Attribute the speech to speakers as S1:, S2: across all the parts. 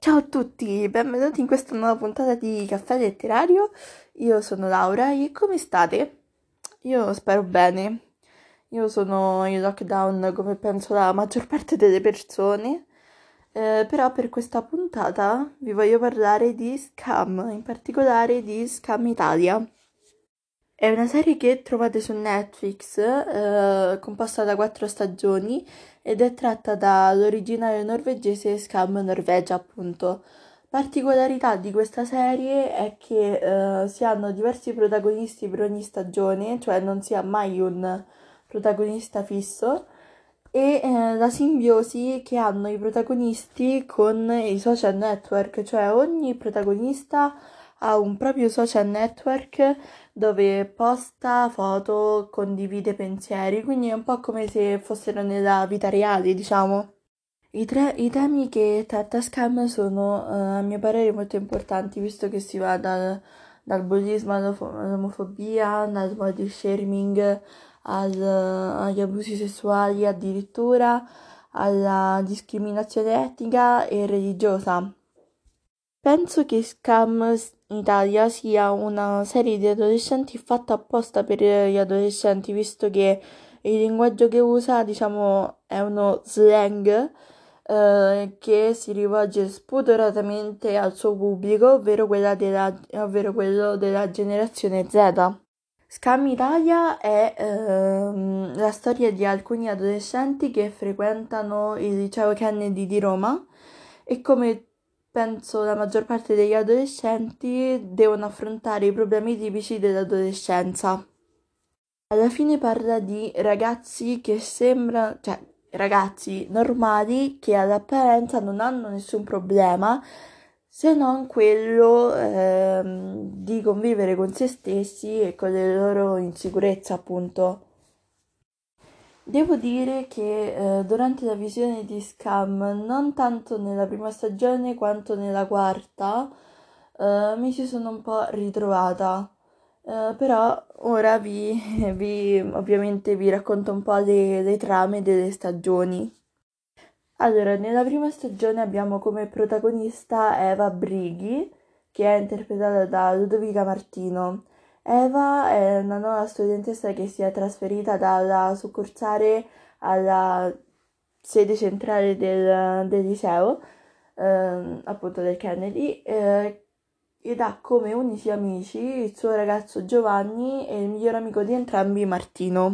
S1: Ciao a tutti, benvenuti in questa nuova puntata di Caffè Letterario. Io sono Laura e come state? Io spero bene. Io sono in lockdown come penso la maggior parte delle persone, però per questa puntata vi voglio parlare di Scam, in particolare di Scam Italia. È una serie che trovate su Netflix, composta da 4 stagioni ed è tratta dall'originale norvegese Scam Norvegia, appunto. Particolarità di questa serie è che si hanno diversi protagonisti per ogni stagione, cioè non si ha mai un protagonista fisso, e la simbiosi che hanno i protagonisti con i social network, cioè ogni protagonista ha un proprio social network dove posta foto, condivide pensieri, quindi è un po' come se fossero nella vita reale, diciamo. I temi che tratta Scam sono, a mio parere, molto importanti, visto che si va dal bullismo all'omofobia, dal body shaming agli abusi sessuali, addirittura alla discriminazione etnica e religiosa. Penso che Scam in Italia sia una serie di adolescenti fatta apposta per gli adolescenti, visto che il linguaggio che usa, diciamo, è uno slang che si rivolge spudoratamente al suo pubblico, ovvero quello della generazione Z. Scam Italia è la storia di alcuni adolescenti che frequentano il liceo Kennedy di Roma e come penso la maggior parte degli adolescenti devono affrontare i problemi tipici dell'adolescenza. Alla fine parla di ragazzi che sembrano, cioè ragazzi normali che all'apparenza non hanno nessun problema se non quello di convivere con se stessi e con le loro insicurezze, appunto. Devo dire che durante la visione di Scam, non tanto nella prima stagione quanto nella quarta, mi ci sono un po' ritrovata. Però ora ovviamente vi racconto un po' le trame delle stagioni. Allora, nella prima stagione abbiamo come protagonista Eva Brighi, che è interpretata da Ludovica Martino. Eva è una nuova studentessa che si è trasferita dalla succursale alla sede centrale del liceo, appunto del Kennedy, ed ha come unici amici il suo ragazzo Giovanni e il miglior amico di entrambi, Martino.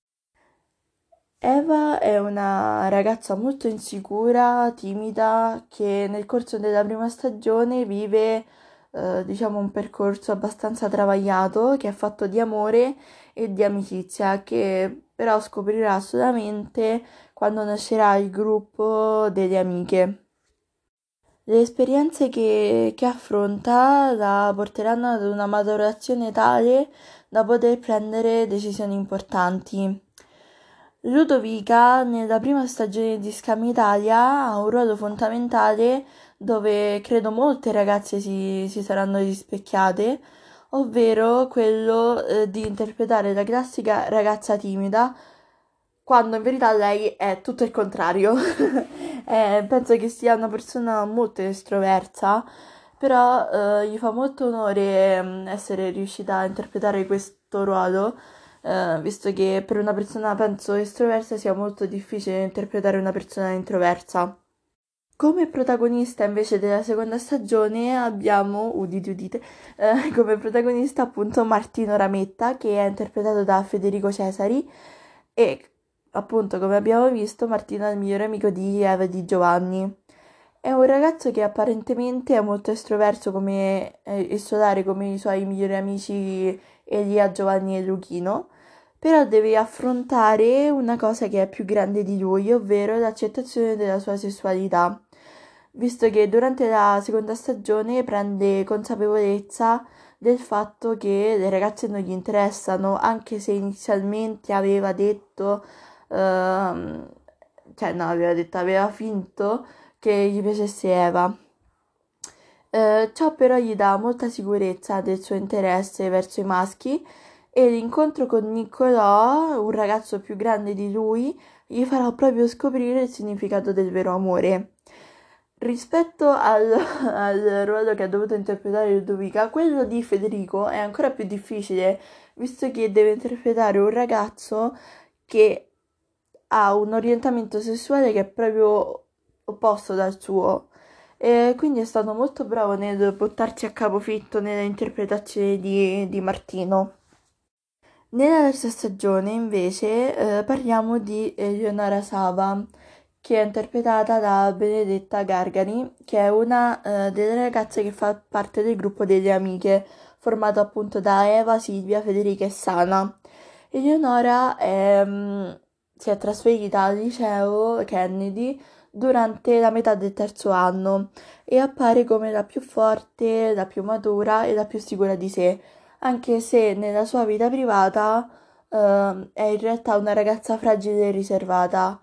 S1: Eva è una ragazza molto insicura, timida, che nel corso della prima stagione vive, diciamo, un percorso abbastanza travagliato, che è fatto di amore e di amicizia, che però scoprirà solamente quando nascerà il gruppo delle amiche. Le esperienze che affronta la porteranno ad una maturazione tale da poter prendere decisioni importanti. Ludovica, nella prima stagione di Scam Italia, ha un ruolo fondamentale dove credo molte ragazze si saranno rispecchiate, ovvero quello di interpretare la classica ragazza timida, quando in verità lei è tutto il contrario. Penso che sia una persona molto estroversa, però gli fa molto onore essere riuscita a interpretare questo ruolo, visto che per una persona, penso, estroversa sia molto difficile interpretare una persona introversa. Come protagonista invece della seconda stagione abbiamo, udite udite, come protagonista appunto Martino Rametta, che è interpretato da Federico Cesari e appunto come abbiamo visto Martino è il migliore amico di Eva e di Giovanni. È un ragazzo che apparentemente è molto estroverso come il solare, come i suoi migliori amici Elia, Giovanni e Luchino, però deve affrontare una cosa che è più grande di lui, ovvero l'accettazione della sua sessualità, visto che durante la seconda stagione prende consapevolezza del fatto che le ragazze non gli interessano, anche se inizialmente aveva detto, cioè no, aveva finto che gli piacesse Eva. Ciò però gli dà molta sicurezza del suo interesse verso i maschi e l'incontro con Niccolò, un ragazzo più grande di lui, gli farà proprio scoprire il significato del vero amore. Rispetto al ruolo che ha dovuto interpretare Ludovica, quello di Federico è ancora più difficile, visto che deve interpretare un ragazzo che ha un orientamento sessuale che è proprio opposto dal suo. E quindi è stato molto bravo nel buttarsi a capofitto nella interpretazione di Martino. Nella terza stagione, invece, parliamo di Eleonora Sava, che è interpretata da Benedetta Gargani, che è una delle ragazze che fa parte del gruppo delle amiche, formato appunto da Eva, Silvia, Federica e Sana. Eleonora si è trasferita al liceo Kennedy durante la metà del terzo anno e appare come la più forte, la più matura e la più sicura di sé, anche se nella sua vita privata è in realtà una ragazza fragile e riservata,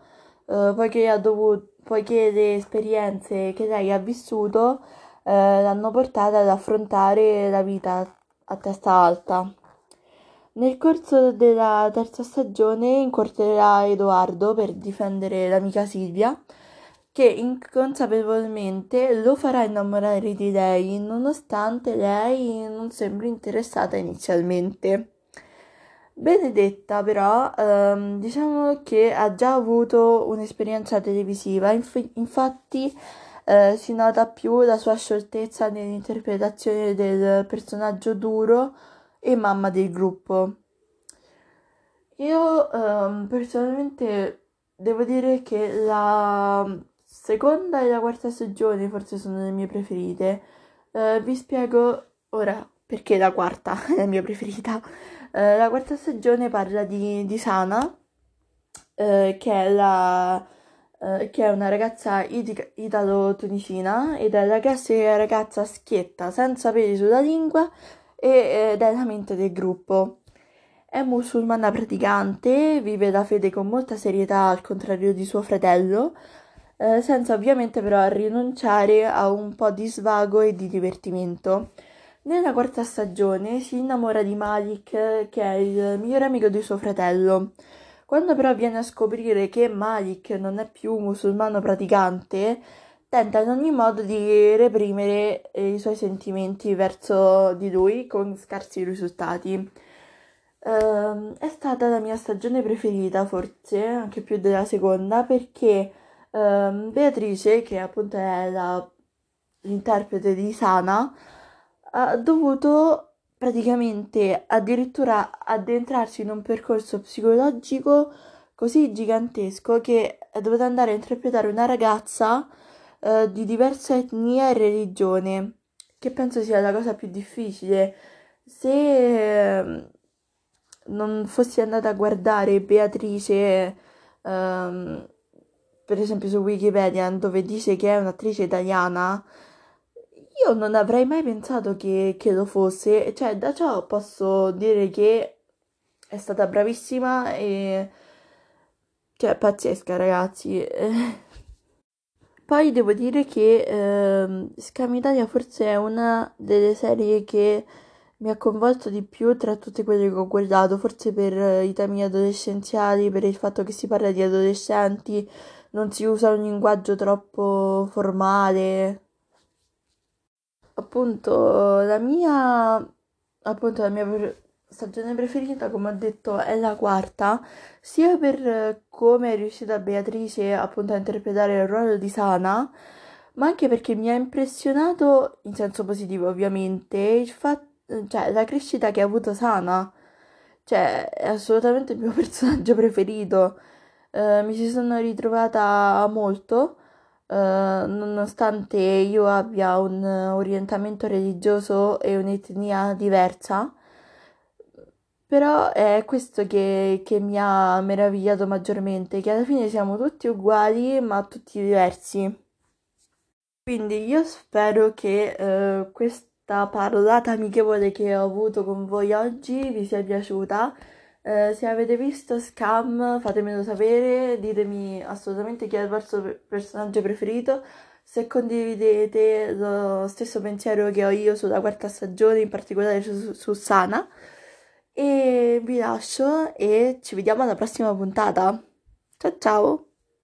S1: poiché le esperienze che lei ha vissuto l'hanno portata ad affrontare la vita a testa alta. Nel corso della terza stagione incontrerà Edoardo per difendere l'amica Silvia, che inconsapevolmente lo farà innamorare di lei, nonostante lei non sembri interessata inizialmente. Benedetta però, diciamo che ha già avuto un'esperienza televisiva, infatti si nota più la sua scioltezza nell'interpretazione del personaggio duro e mamma del gruppo. Io personalmente devo dire che la seconda e la quarta stagione forse sono le mie preferite. Vi spiego ora perché la quarta è la mia preferita. La quarta stagione parla di Sana, che è che è una ragazza italo-tunisina ed è la classica ragazza schietta, senza peli sulla lingua ed è la mente del gruppo. È musulmana praticante, vive la fede con molta serietà al contrario di suo fratello, senza ovviamente però rinunciare a un po' di svago e di divertimento. Nella quarta stagione si innamora di Malik, che è il migliore amico di suo fratello. Quando però viene a scoprire che Malik non è più musulmano praticante, tenta in ogni modo di reprimere i suoi sentimenti verso di lui con scarsi risultati. È stata la mia stagione preferita, forse anche più della seconda, perché Beatrice, che appunto è l'interprete di Sana, ha dovuto praticamente addirittura addentrarsi in un percorso psicologico così gigantesco che è dovuta andare a interpretare una ragazza di diversa etnia e religione, che penso sia la cosa più difficile. Se non fossi andata a guardare Beatrice, ehm, per esempio su Wikipedia, dove dice che è un'attrice italiana, io non avrei mai pensato che lo fosse. Cioè, da ciò posso dire che è stata bravissima e... cioè, pazzesca, ragazzi. Poi devo dire che Scam Italia forse è una delle serie che mi ha coinvolto di più tra tutte quelle che ho guardato, forse per i temi adolescenziali, per il fatto che si parla di adolescenti, non si usa un linguaggio troppo formale. Appunto, la mia stagione preferita, come ho detto, è la quarta, sia per come è riuscita Beatrice appunto a interpretare il ruolo di Sana, ma anche perché mi ha impressionato, in senso positivo ovviamente, cioè, la crescita che ha avuto Sana. Cioè, è assolutamente il mio personaggio preferito. Mi ci sono ritrovata molto, nonostante io abbia un orientamento religioso e un'etnia diversa. Però è questo che mi ha meravigliato maggiormente, che alla fine siamo tutti uguali, ma tutti diversi. Quindi io spero che questa parlata amichevole che ho avuto con voi oggi vi sia piaciuta. Se avete visto Scam, fatemelo sapere, ditemi assolutamente chi è il vostro personaggio preferito. Se condividete lo stesso pensiero che ho io sulla quarta stagione, in particolare su Sana. E vi lascio e ci vediamo alla prossima puntata. Ciao ciao!